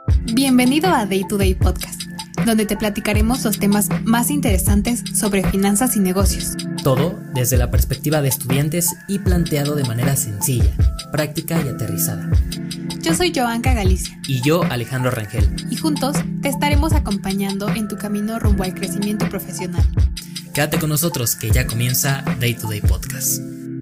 Bienvenido a Day to Day Podcast, donde te platicaremos los temas más interesantes sobre finanzas y negocios. Todo desde la perspectiva de estudiantes y planteado de manera sencilla, práctica y aterrizada. Yo soy Joanca Galicia. Y yo, Alejandro Rangel. Y juntos te estaremos acompañando en tu camino rumbo al crecimiento profesional. Quédate con nosotros que ya comienza Day to Day Podcast.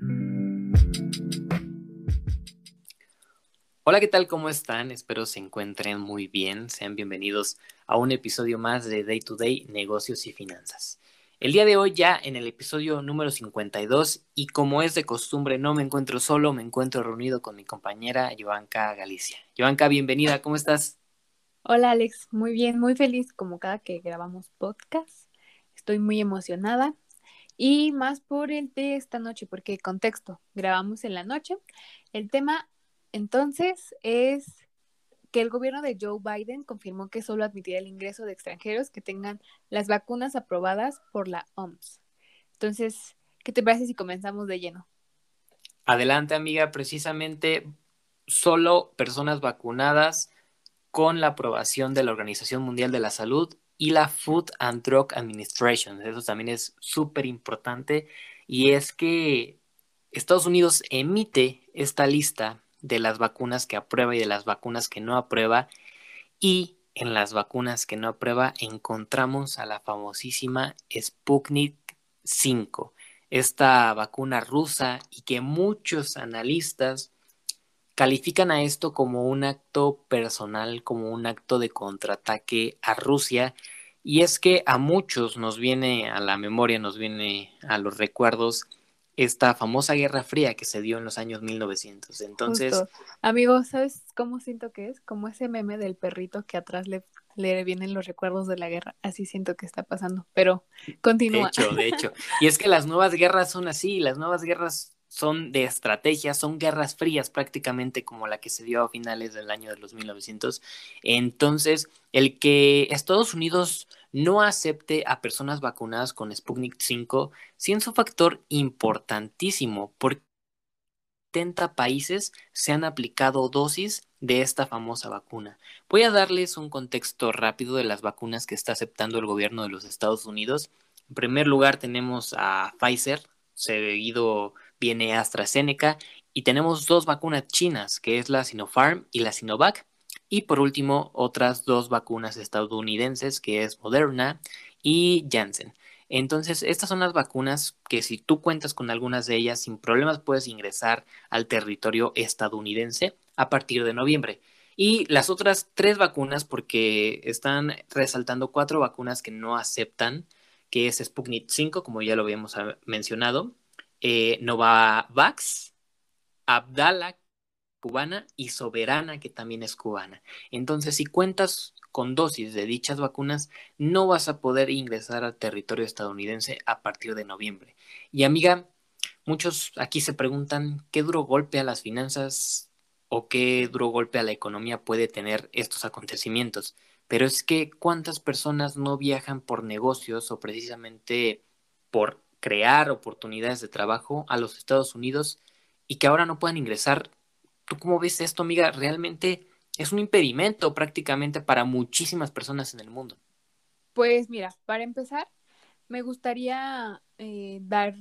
Hola, ¿qué tal? ¿Cómo están? Espero se encuentren muy bien. Sean bienvenidos a un episodio más de Day to Day, Negocios y Finanzas. El día de hoy ya en el episodio número 52 y como es de costumbre no me encuentro solo, me encuentro reunido con mi compañera Joanca Galicia. Joanca, bienvenida, ¿cómo estás? Hola Alex, muy bien, muy feliz como cada que grabamos podcast. Estoy muy emocionada y más por el de esta noche, porque contexto, grabamos en la noche. El tema entonces es que el gobierno de Joe Biden confirmó que solo admitirá el ingreso de extranjeros que tengan las vacunas aprobadas por la OMS. Entonces, ¿qué te parece si comenzamos de lleno? Adelante, amiga, precisamente solo personas vacunadas con la aprobación de la Organización Mundial de la Salud y la Food and Drug Administration. Eso también es súper importante y es que Estados Unidos emite esta lista de las vacunas que aprueba y de las vacunas que no aprueba y en las vacunas que no aprueba encontramos a la famosísima Sputnik 5, esta vacuna rusa y que muchos analistas califican a esto como un acto personal, como un acto de contraataque a Rusia, y es que a muchos nos viene a la memoria, nos viene a los recuerdos esta famosa Guerra Fría que se dio en los años 1900. Entonces, Justo. Amigo, ¿sabes cómo siento que es? Como ese meme del perrito que atrás le vienen los recuerdos de la guerra. Así siento que está pasando, pero continúa. de hecho, y es que las nuevas guerras son así, las nuevas guerras son de estrategia, son guerras frías prácticamente como la que se dio a finales del año de los 1900. Entonces, el que Estados Unidos no acepte a personas vacunadas con Sputnik 5, sí es un factor importantísimo, porque 70 países se han aplicado dosis de esta famosa vacuna. Voy a darles un contexto rápido de las vacunas que está aceptando el gobierno de los Estados Unidos. En primer lugar tenemos a Pfizer, seguido viene AstraZeneca y tenemos dos vacunas chinas, que es la Sinopharm y la Sinovac. Y por último, otras dos vacunas estadounidenses, que es Moderna y Janssen. Entonces, estas son las vacunas que si tú cuentas con algunas de ellas, sin problemas puedes ingresar al territorio estadounidense a partir de noviembre. Y las otras tres vacunas, porque están resaltando cuatro vacunas que no aceptan, que es Sputnik 5, como ya lo habíamos mencionado, Novavax, Abdala, cubana, y Soberana, que también es cubana. Entonces, si cuentas con dosis de dichas vacunas, no vas a poder ingresar al territorio estadounidense a partir de noviembre. Y amiga, muchos aquí se preguntan qué duro golpe a las finanzas o qué duro golpe a la economía puede tener estos acontecimientos. Pero es que cuántas personas no viajan por negocios o precisamente por crear oportunidades de trabajo a los Estados Unidos y que ahora no puedan ingresar. ¿Tú cómo ves esto, amiga? Realmente es un impedimento prácticamente para muchísimas personas en el mundo. Pues mira, para empezar, me gustaría dar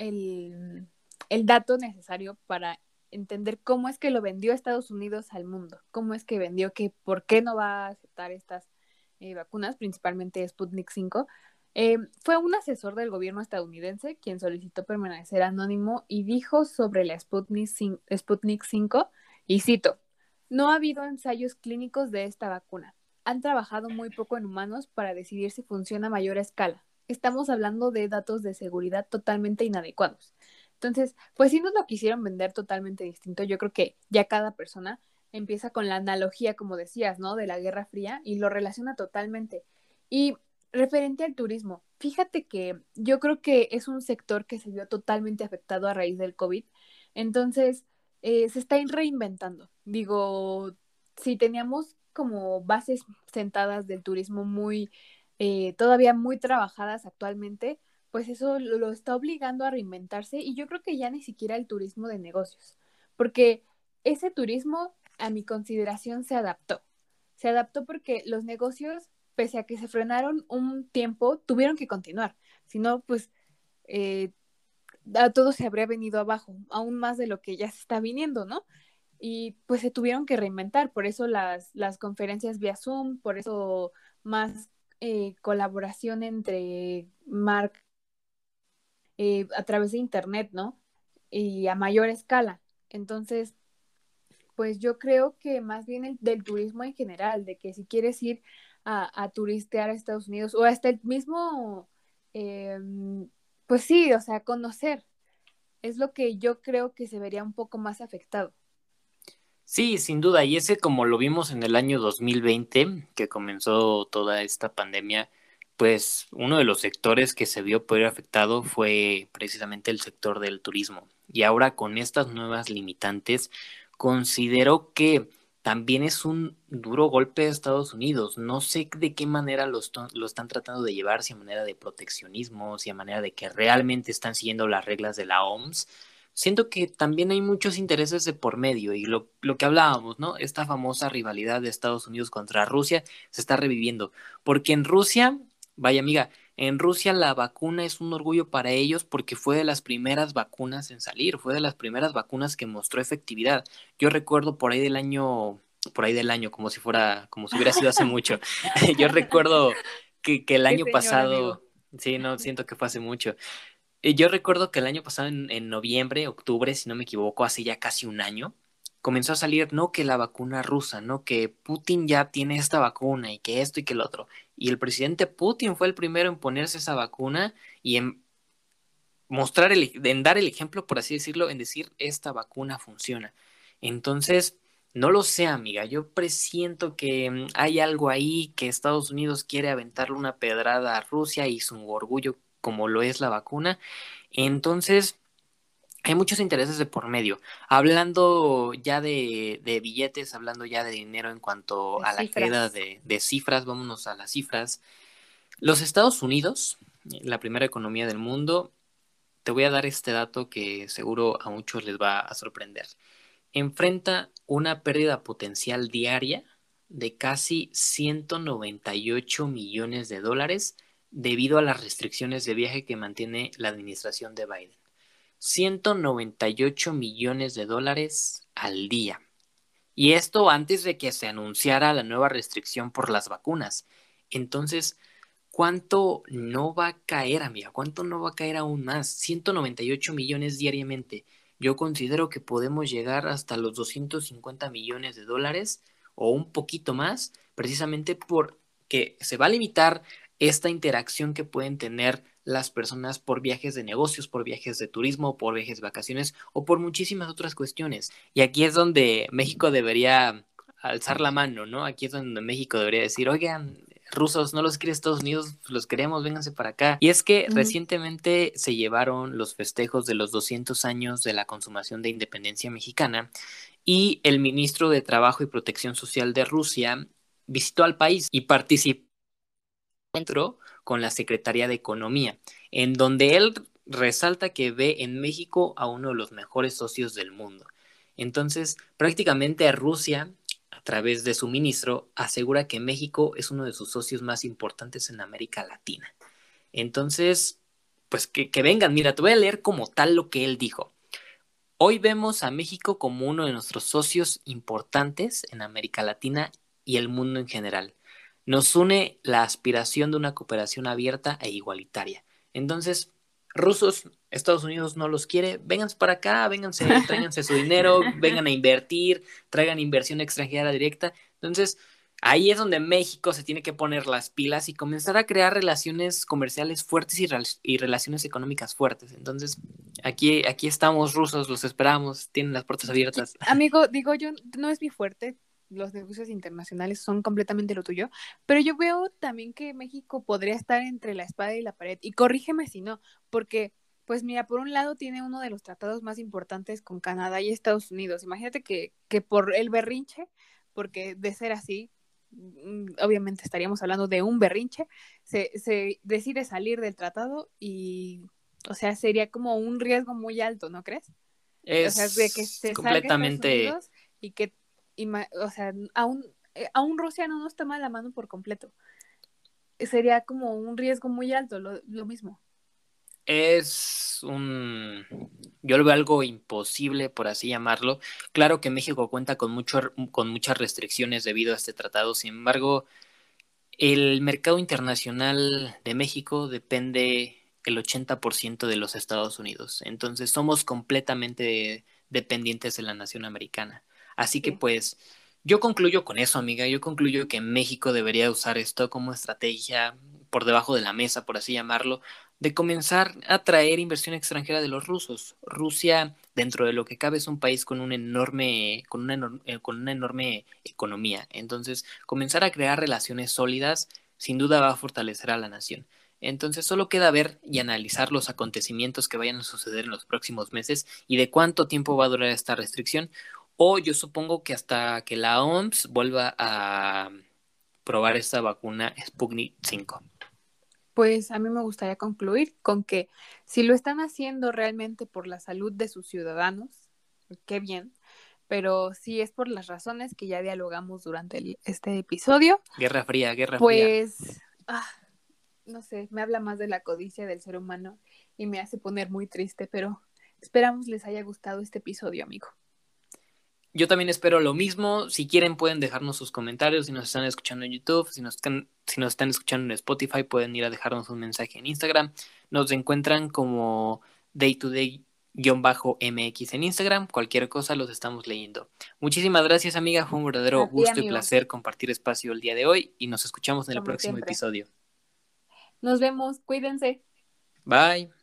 el dato necesario para entender cómo es que lo vendió Estados Unidos al mundo, cómo es que vendió que por qué no va a aceptar estas vacunas, principalmente Sputnik 5. Fue un asesor del gobierno estadounidense quien solicitó permanecer anónimo y dijo sobre la Sputnik 5, y cito, no ha habido ensayos clínicos de esta vacuna. Han trabajado muy poco en humanos para decidir si funciona a mayor escala. Estamos hablando de datos de seguridad totalmente inadecuados. Entonces, pues sí nos lo quisieron vender totalmente distinto. Yo creo que ya cada persona empieza con la analogía, como decías, ¿no? De la Guerra Fría y lo relaciona totalmente. Y referente al turismo, fíjate que yo creo que es un sector que se vio totalmente afectado a raíz del COVID. Entonces, se está reinventando. Digo, si teníamos como bases sentadas del turismo muy, todavía muy trabajadas actualmente, pues eso lo está obligando a reinventarse y yo creo que ya ni siquiera el turismo de negocios, porque ese turismo a mi consideración se adaptó. Se adaptó porque los negocios, pese a que se frenaron un tiempo, tuvieron que continuar. Si no, pues eh, a todo se habría venido abajo, aún más de lo que ya se está viniendo, ¿no? Y pues se tuvieron que reinventar, por eso las conferencias vía Zoom, por eso más colaboración entre marcas a través de Internet, ¿no? Y a mayor escala. Entonces, pues yo creo que más bien del turismo en general, de que si quieres ir a turistear a Estados Unidos o hasta el mismo, eh, pues sí, o sea, conocer, es lo que yo creo que se vería un poco más afectado. Sí, sin duda, y ese como lo vimos en el año 2020, que comenzó toda esta pandemia, pues uno de los sectores que se vio poder afectado fue precisamente el sector del turismo. Y ahora con estas nuevas limitantes, considero que también es un duro golpe de Estados Unidos. No sé de qué manera lo están tratando de llevar, si a manera de proteccionismo, si a manera de que realmente están siguiendo las reglas de la OMS. Siento que también hay muchos intereses de por medio y lo que hablábamos, ¿no? Esta famosa rivalidad de Estados Unidos contra Rusia se está reviviendo, porque en Rusia, vaya amiga, en Rusia la vacuna es un orgullo para ellos porque fue de las primeras vacunas en salir, fue de las primeras vacunas que mostró efectividad. Yo recuerdo por ahí del año, como si fuera, como si hubiera sido hace mucho. Yo recuerdo que el Qué año señor amigo. pasado, sí, no, siento que fue hace mucho. Yo recuerdo que el año pasado, en noviembre, octubre, si no me equivoco, hace ya casi un año, comenzó a salir, no, que la vacuna rusa, no, que Putin ya tiene esta vacuna y que esto y que el otro. Y el presidente Putin fue el primero en ponerse esa vacuna y en mostrar, en dar el ejemplo, por así decirlo, en decir, esta vacuna funciona. Entonces, no lo sé, amiga, yo presiento que hay algo ahí que Estados Unidos quiere aventarle una pedrada a Rusia y su orgullo como lo es la vacuna. Entonces, hay muchos intereses de por medio. Hablando ya de billetes, hablando ya de dinero en cuanto De a la caída cifras. de cifras, vámonos a las cifras. Los Estados Unidos, la primera economía del mundo, te voy a dar este dato que seguro a muchos les va a sorprender. Enfrenta una pérdida potencial diaria de casi 198 millones de dólares debido a las restricciones de viaje que mantiene la administración de Biden. 198 millones de dólares al día. Y esto antes de que se anunciara la nueva restricción por las vacunas. Entonces, ¿cuánto no va a caer, amiga? ¿Cuánto no va a caer aún más? 198 millones diariamente. Yo considero que podemos llegar hasta los 250 millones de dólares o un poquito más, precisamente porque se va a limitar esta interacción que pueden tener las personas por viajes de negocios, por viajes de turismo, por viajes de vacaciones o por muchísimas otras cuestiones. Y aquí es donde México debería alzar la mano, ¿no? Aquí es donde México debería decir, oigan, rusos, no los quiere Estados Unidos, los queremos, vénganse para acá. Y es que recientemente se llevaron los festejos de los 200 años de la consumación de independencia mexicana y el ministro de Trabajo y Protección Social de Rusia visitó al país y participó con la Secretaría de Economía, en donde él resalta que ve en México a uno de los mejores socios del mundo. Entonces, prácticamente Rusia, a través de su ministro, asegura que México es uno de sus socios más importantes en América Latina. Entonces, pues que vengan, mira, te voy a leer como tal lo que él dijo. Hoy vemos a México como uno de nuestros socios importantes en América Latina y el mundo en general. Nos une la aspiración de una cooperación abierta e igualitaria. Entonces, rusos, Estados Unidos no los quiere, vénganse para acá, vénganse, tráiganse su dinero, vengan a invertir, traigan inversión extranjera directa. Entonces, ahí es donde México se tiene que poner las pilas y comenzar a crear relaciones comerciales fuertes y relaciones económicas fuertes. Entonces, aquí estamos, rusos, los esperamos, tienen las puertas abiertas. Amigo, digo yo, no es mi fuerte, los negocios internacionales son completamente lo tuyo, pero yo veo también que México podría estar entre la espada y la pared, y corrígeme si no, porque, pues mira, por un lado tiene uno de los tratados más importantes con Canadá y Estados Unidos. Imagínate que por el berrinche, porque de ser así, obviamente estaríamos hablando de un berrinche, se decide salir del tratado y, o sea, sería como un riesgo muy alto, ¿no crees? O sea, de que Es se salga Estados completamente, Unidos y que, o sea, aún aún Rusia no nos toma la mano por completo. Sería como un riesgo muy alto, lo mismo. Yo lo veo algo imposible, por así llamarlo. Claro que México cuenta con muchas restricciones debido a este tratado. Sin embargo, el mercado internacional de México depende el 80% de los Estados Unidos. Entonces somos completamente dependientes de la nación americana. Así que Sí. pues yo concluyo con eso, amiga. Yo concluyo que México debería usar esto como estrategia por debajo de la mesa, por así llamarlo, de comenzar a traer inversión extranjera de los rusos. Rusia, dentro de lo que cabe, es un país con con una enorme economía. Entonces, comenzar a crear relaciones sólidas sin duda va a fortalecer a la nación. Entonces, solo queda ver y analizar los acontecimientos que vayan a suceder en los próximos meses y de cuánto tiempo va a durar esta restricción. O yo supongo que hasta que la OMS vuelva a probar esta vacuna Sputnik 5. Pues a mí me gustaría concluir con que si lo están haciendo realmente por la salud de sus ciudadanos, qué bien, pero si es por las razones que ya dialogamos durante este episodio, Guerra Fría, Guerra Fría. pues, no sé, me habla más de la codicia del ser humano y me hace poner muy triste, pero esperamos les haya gustado este episodio, amigo. Yo también espero lo mismo. Si quieren pueden dejarnos sus comentarios. Si nos están escuchando en YouTube, si nos están escuchando en Spotify, pueden ir a dejarnos un mensaje en Instagram. Nos encuentran como daytoday-mx en Instagram. Cualquier cosa los estamos leyendo. Muchísimas gracias, amiga. Fue un verdadero gusto y placer compartir espacio el día de hoy y nos escuchamos en el próximo episodio. Nos vemos. Cuídense. Bye.